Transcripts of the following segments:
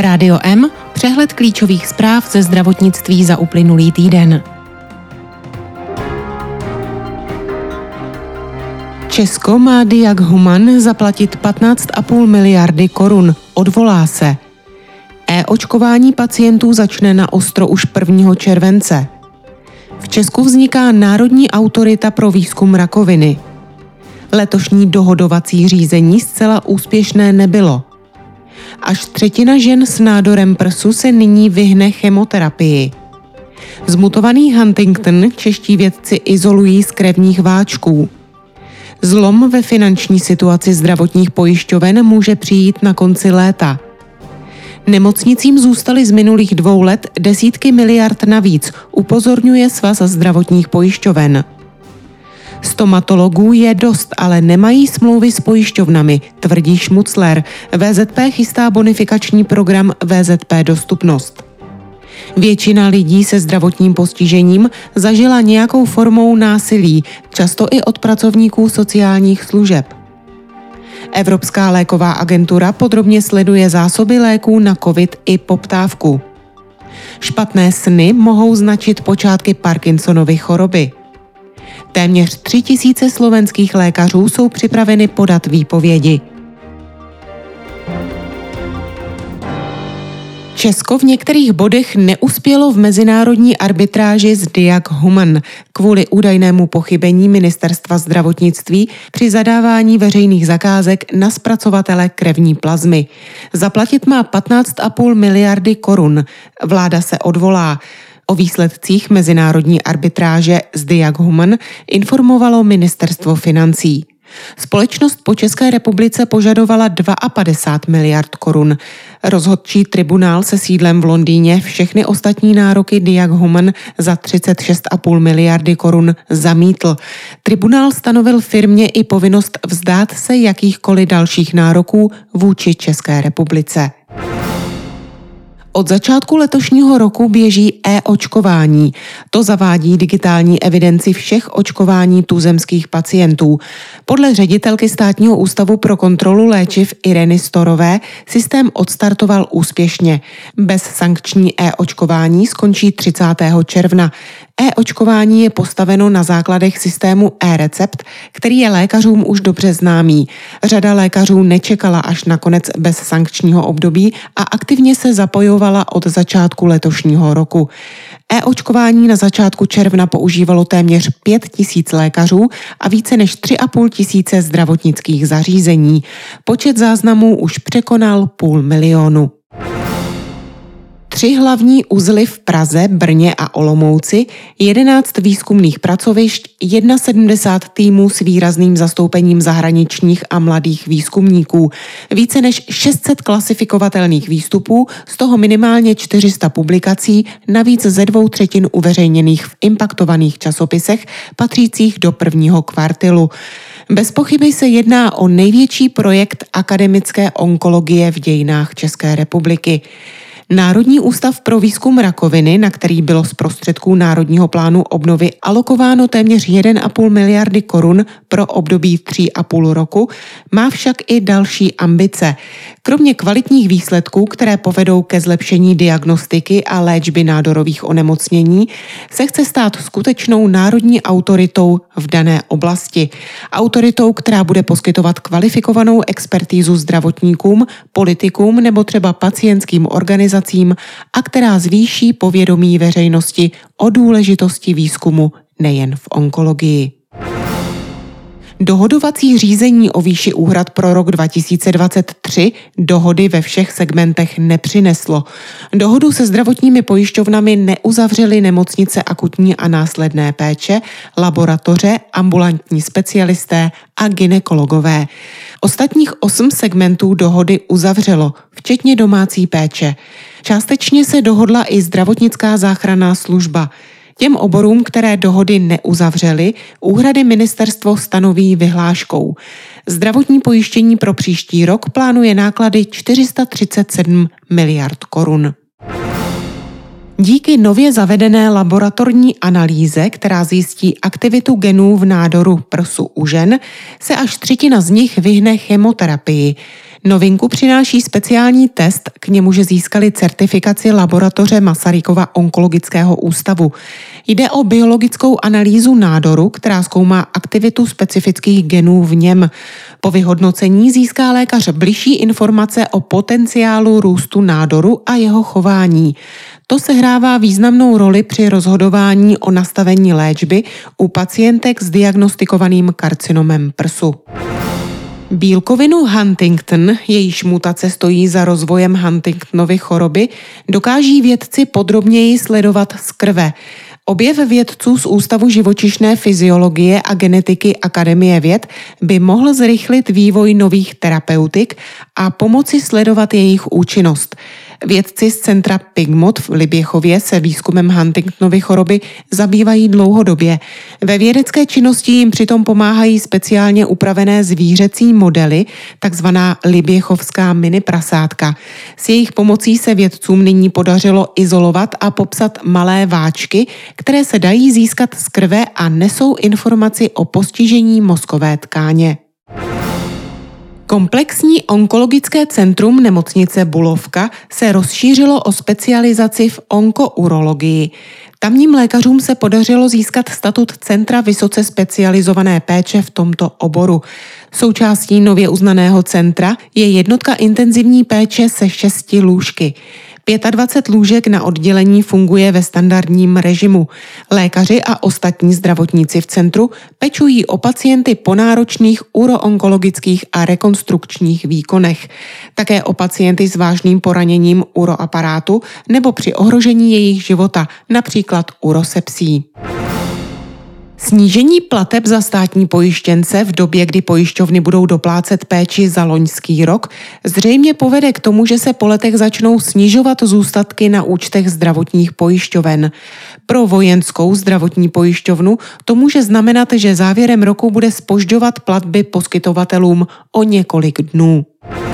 Rádio M, přehled klíčových zpráv ze zdravotnictví za uplynulý týden. Česko má Diag Human zaplatit 15,5 miliardy korun. Odvolá se. E-očkování pacientů začne na ostro už 1. července. V Česku vzniká Národní autorita pro výzkum rakoviny. Letošní dohodovací řízení zcela úspěšné nebylo. Až 1/3 žen s nádorem prsu se nyní vyhne chemoterapii. Zmutovaný Huntington čeští vědci izolují z krevních váčků. Zlom ve finanční situaci zdravotních pojišťoven může přijít na konci léta. Nemocnicím zůstaly z minulých 2 let desítky miliard navíc, upozorňuje Svaz zdravotních pojišťoven. Stomatologů je dost, ale nemají smlouvy s pojišťovnami, tvrdí Šmucler. VZP chystá bonifikační program VZP Dostupnost. Většina lidí se zdravotním postižením zažila nějakou formou násilí, často i od pracovníků sociálních služeb. Evropská léková agentura podrobně sleduje zásoby léků na COVID i poptávku. Špatné sny mohou značit počátky Parkinsonovy choroby. Téměř 3 000 slovenských lékařů jsou připraveni podat výpovědi. Česko v některých bodech neuspělo v mezinárodní arbitráži s Diag Human kvůli údajnému pochybení Ministerstva zdravotnictví při zadávání veřejných zakázek na zpracovatele krevní plazmy. Zaplatit má 15,5 miliardy korun. Vláda se odvolá. O výsledcích mezinárodní arbitráže s Diag Human informovalo Ministerstvo financí. Společnost po České republice požadovala 52 miliard korun. Rozhodčí tribunál se sídlem v Londýně všechny ostatní nároky Diag Human za 36,5 miliardy korun zamítl. Tribunál stanovil firmě i povinnost vzdát se jakýchkoliv dalších nároků vůči České republice. Od začátku letošního roku běží e-očkování. To zavádí digitální evidenci všech očkování tuzemských pacientů. Podle ředitelky Státního ústavu pro kontrolu léčiv Ireny Storové systém odstartoval úspěšně. Bez sankční e-očkování skončí 30. června. E-očkování je postaveno na základech systému e-recept, který je lékařům už dobře známý. Řada lékařů nečekala až na konec bez sankčního období a aktivně se zapojovala od začátku letošního roku. E-očkování na začátku června používalo téměř 5 000 lékařů a více než 3,5 tisíce zdravotnických zařízení. Počet záznamů už překonal 500 000. 3 hlavní uzly v Praze, Brně a Olomouci, 11 výzkumných pracovišť, 71 týmů s výrazným zastoupením zahraničních a mladých výzkumníků, více než 600 klasifikovatelných výstupů, z toho minimálně 400 publikací, navíc ze 2/3 uveřejněných v impaktovaných časopisech patřících do 1. kvartilu. Bez pochyby se jedná o největší projekt akademické onkologie v dějinách České republiky. Národní ústav pro výzkum rakoviny, na který bylo z prostředků Národního plánu obnovy alokováno téměř 1,5 miliardy korun pro období 3,5 roku, má však i další ambice. Kromě kvalitních výsledků, které povedou ke zlepšení diagnostiky a léčby nádorových onemocnění, se chce stát skutečnou národní autoritou v dané oblasti. Autoritou, která bude poskytovat kvalifikovanou expertízu zdravotníkům, politikům nebo třeba pacientským organizacím a která zvýší povědomí veřejnosti o důležitosti výzkumu nejen v onkologii. Dohodovací řízení o výši úhrad pro rok 2023 dohody ve všech segmentech nepřineslo. Dohodu se zdravotními pojišťovnami neuzavřely nemocnice akutní a následné péče, laboratoře, ambulantní specialisté a gynekologové. Ostatních 8 segmentů dohody uzavřelo, včetně domácí péče. Částečně se dohodla i zdravotnická záchranná služba. Těm oborům, které dohody neuzavřely, úhrady ministerstvo stanoví vyhláškou. Zdravotní pojištění pro příští rok plánuje náklady 437 miliard korun. Díky nově zavedené laboratorní analýze, která zjistí aktivitu genů v nádoru prsu u žen, se až 1/3 z nich vyhne chemoterapii. Novinku přináší speciální test, k němuž získali certifikaci laboratoře Masarykova onkologického ústavu. Jde o biologickou analýzu nádoru, která zkoumá aktivitu specifických genů v něm. Po vyhodnocení získá lékař bližší informace o potenciálu růstu nádoru a jeho chování. To sehrává významnou roli při rozhodování o nastavení léčby u pacientek s diagnostikovaným karcinomem prsu. Bílkovinu Huntington, jejíž mutace stojí za rozvojem Huntingtonovy choroby, dokáží vědci podrobněji sledovat z krve. Objev vědců z Ústavu živočišné fyziologie a genetiky Akademie věd by mohl zrychlit vývoj nových terapeutik a pomoci sledovat jejich účinnost. Vědci z centra Pigmot v Liběchově se výzkumem Huntingtonovy choroby zabývají dlouhodobě. Ve vědecké činnosti jim přitom pomáhají speciálně upravené zvířecí modely, takzvaná liběchovská mini prasátka. S jejich pomocí se vědcům nyní podařilo izolovat a popsat malé váčky, které se dají získat z krve a nesou informaci o postižení mozkové tkáně. Komplexní onkologické centrum nemocnice Bulovka se rozšířilo o specializaci v onkourologii. Tamním lékařům se podařilo získat statut centra vysoce specializované péče v tomto oboru. Součástí nově uznaného centra je jednotka intenzivní péče se 6 lůžky. 25 lůžek na oddělení funguje ve standardním režimu. Lékaři a ostatní zdravotníci v centru pečují o pacienty po náročných uroonkologických a rekonstrukčních výkonech. Také o pacienty s vážným poraněním uroaparátu nebo při ohrožení jejich života, například urosepsí. Snížení plateb za státní pojištěnce v době, kdy pojišťovny budou doplácet péči za loňský rok, zřejmě povede k tomu, že se po letech začnou snižovat zůstatky na účtech zdravotních pojišťoven. Pro Vojenskou zdravotní pojišťovnu to může znamenat, že závěrem roku bude zpožďovat platby poskytovatelům o několik dnů.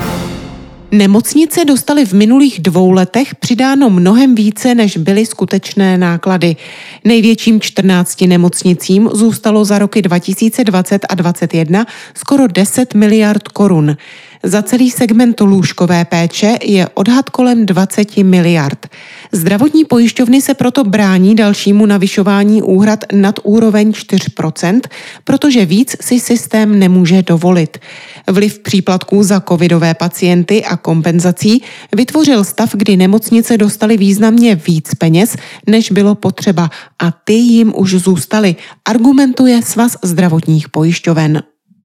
Nemocnice dostaly v minulých 2 letech přidáno mnohem více, než byly skutečné náklady. Největším 14 nemocnicím zůstalo za roky 2020 a 2021 skoro 10 miliard korun. Za celý segment lůžkové péče je odhad kolem 20 miliard. Zdravotní pojišťovny se proto brání dalšímu navyšování úhrad nad úroveň 4%, protože víc si systém nemůže dovolit. Vliv příplatků za covidové pacienty a kompenzací vytvořil stav, kdy nemocnice dostaly významně víc peněz, než bylo potřeba, a ty jim už zůstaly, argumentuje Svaz zdravotních pojišťoven.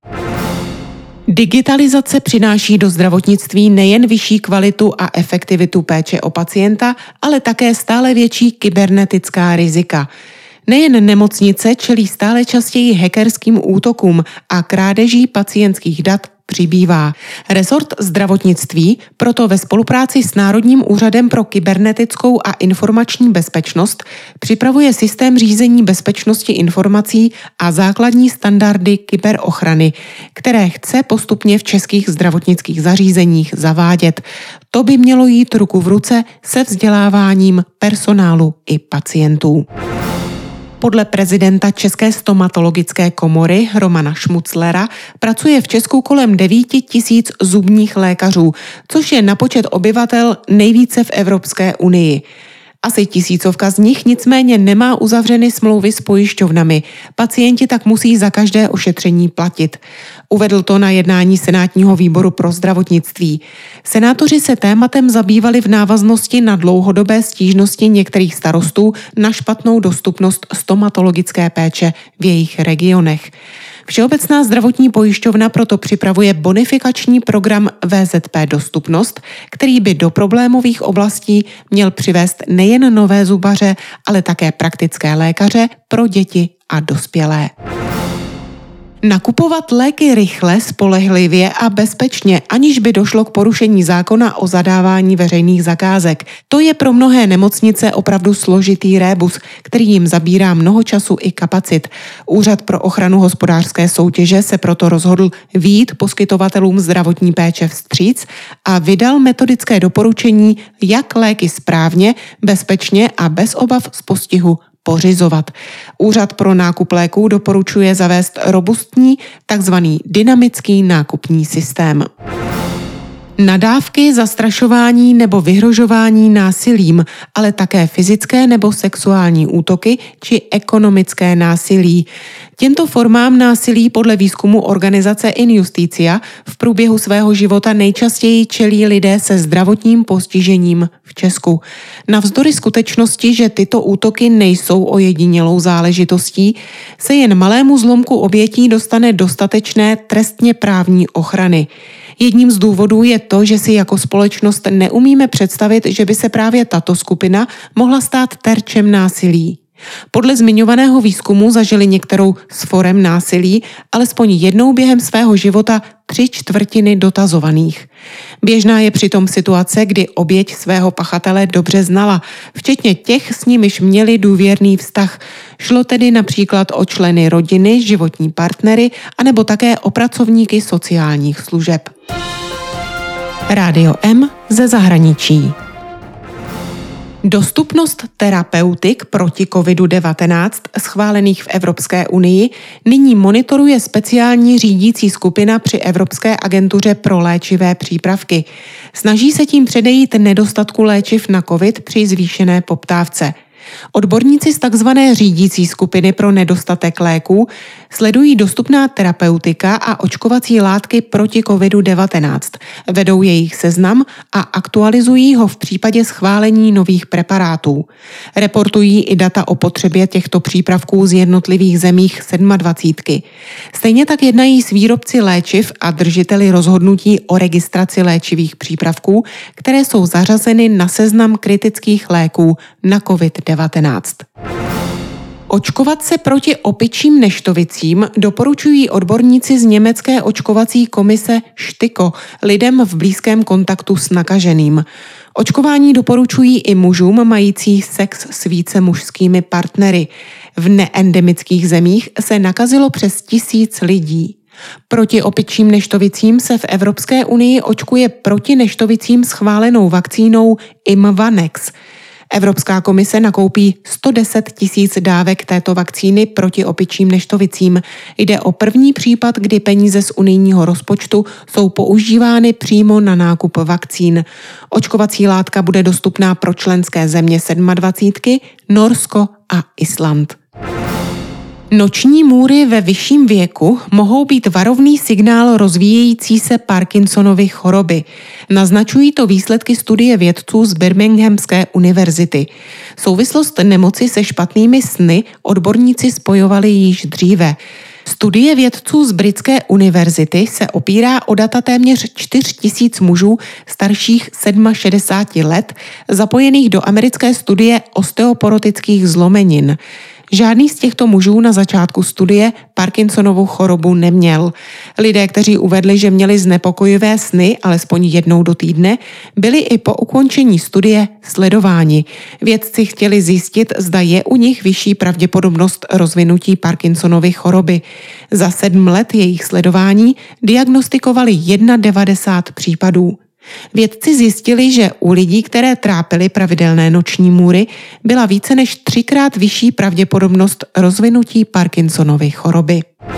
Digitalizace přináší do zdravotnictví nejen vyšší kvalitu a efektivitu péče o pacienta, ale také stále větší kybernetická rizika. Nejen nemocnice čelí stále častěji hackerským útokům a krádeží pacientských dat přibývá. Resort zdravotnictví proto ve spolupráci s Národním úřadem pro kybernetickou a informační bezpečnost připravuje systém řízení bezpečnosti informací a základní standardy kyberochrany, které chce postupně v českých zdravotnických zařízeních zavádět. To by mělo jít ruku v ruce se vzděláváním personálu i pacientů. Podle prezidenta České stomatologické komory Romana Šmuclera pracuje v Česku kolem 9 000 zubních lékařů, což je na počet obyvatel nejvíce v Evropské unii. Asi 1000 z nich nicméně nemá uzavřeny smlouvy s pojišťovnami. Pacienti tak musí za každé ošetření platit. Uvedl to na jednání Senátního výboru pro zdravotnictví. Senátoři se tématem zabývali v návaznosti na dlouhodobé stížnosti některých starostů na špatnou dostupnost stomatologické péče v jejich regionech. Všeobecná zdravotní pojišťovna proto připravuje bonifikační program VZP Dostupnost, který by do problémových oblastí měl přivést nejen nové zubaře, ale také praktické lékaře pro děti a dospělé. Nakupovat léky rychle, spolehlivě a bezpečně, aniž by došlo k porušení zákona o zadávání veřejných zakázek. To je pro mnohé nemocnice opravdu složitý rébus, který jim zabírá mnoho času i kapacit. Úřad pro ochranu hospodářské soutěže se proto rozhodl vyjít poskytovatelům zdravotní péče vstříc a vydal metodické doporučení, jak léky správně, bezpečně a bez obav z postihu pořizovat. Úřad pro nákup léků doporučuje zavést robustní, takzvaný dynamický nákupní systém. Nadávky, zastrašování nebo vyhrožování násilím, ale také fyzické nebo sexuální útoky či ekonomické násilí. Těmto formám násilí podle výzkumu organizace In Justitia v průběhu svého života nejčastěji čelí lidé se zdravotním postižením v Česku. Navzdory skutečnosti, že tyto útoky nejsou ojedinělou záležitostí, se jen malému zlomku obětí dostane dostatečné trestně právní ochrany. Jedním z důvodů je to, že si jako společnost neumíme představit, že by se právě tato skupina mohla stát terčem násilí. Podle zmiňovaného výzkumu zažili některou z forem násilí alespoň jednou během svého života 3/4 dotazovaných. Běžná je přitom situace, kdy oběť svého pachatele dobře znala, včetně těch, s nimiž měli důvěrný vztah. Šlo tedy například o členy rodiny, životní partnery, anebo také o pracovníky sociálních služeb. Rádio M ze zahraničí. Dostupnost terapeutik proti COVID-19 schválených v Evropské unii nyní monitoruje speciální řídící skupina při Evropské agentuře pro léčivé přípravky. Snaží se tím předejít nedostatku léčiv na COVID při zvýšené poptávce. Odborníci z takzvané řídící skupiny pro nedostatek léků sledují dostupná terapeutika a očkovací látky proti COVID-19, vedou jejich seznam a aktualizují ho v případě schválení nových preparátů. Reportují i data o potřebě těchto přípravků z jednotlivých zemích 27. Stejně tak jednají s výrobci léčiv a držiteli rozhodnutí o registraci léčivých přípravků, které jsou zařazeny na seznam kritických léků na COVID-19. Očkovat se proti opičím neštovicím doporučují odborníci z německé očkovací komise STIKO lidem v blízkém kontaktu s nakaženým. Očkování doporučují i mužům mající sex s více mužskými partnery. V neendemických zemích se nakazilo přes 1000 lidí. Proti opičím neštovicím se v Evropské unii očkuje proti neštovicím schválenou vakcínou Imvanex. Evropská komise nakoupí 110 000 dávek této vakcíny proti opičím neštovicím. Jde o první případ, kdy peníze z unijního rozpočtu jsou používány přímo na nákup vakcín. Očkovací látka bude dostupná pro členské země 27, Norsko a Island. Noční můry ve vyšším věku mohou být varovný signál rozvíjející se Parkinsonovy choroby. Naznačují to výsledky studie vědců z Birminghamské univerzity. Souvislost nemoci se špatnými sny odborníci spojovali již dříve. Studie vědců z Britské univerzity se opírá o data téměř 4 000 mužů starších 67 let, zapojených do americké studie osteoporotických zlomenin. Žádný z těchto mužů na začátku studie Parkinsonovu chorobu neměl. Lidé, kteří uvedli, že měli znepokojivé sny alespoň jednou do týdne, byli i po ukončení studie sledováni. Vědci chtěli zjistit, zda je u nich vyšší pravděpodobnost rozvinutí Parkinsonovy choroby. Za 7 let jejich sledování diagnostikovali 91 případů. Vědci zjistili, že u lidí, které trápily pravidelné noční můry, byla více než 3krát vyšší pravděpodobnost rozvinutí Parkinsonovy choroby.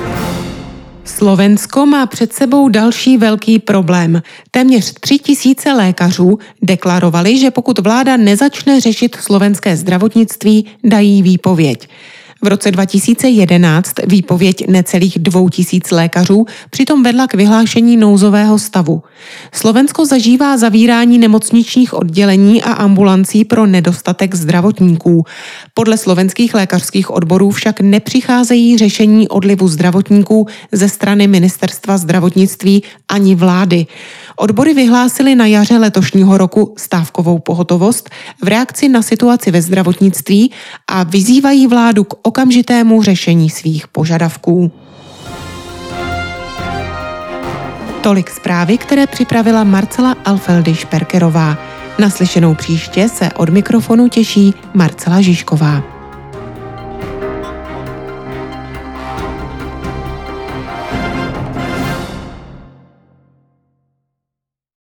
Slovensko má před sebou další velký problém. Téměř 3 000 lékařů deklarovali, že pokud vláda nezačne řešit slovenské zdravotnictví, dají výpověď. V roce 2011 výpověď necelých 2000 lékařů přitom vedla k vyhlášení nouzového stavu. Slovensko zažívá zavírání nemocničních oddělení a ambulancí pro nedostatek zdravotníků. Podle slovenských lékařských odborů však nepřicházejí řešení odlivu zdravotníků ze strany Ministerstva zdravotnictví ani vlády. Odbory vyhlásily na jaře letošního roku stávkovou pohotovost v reakci na situaci ve zdravotnictví a vyzývají vládu k okamžitému řešení svých požadavků. Tolik zprávy, které připravila Marcela Alfeldy-Šperkerová. Naslyšenou příště se od mikrofonu těší Marcela Žižková.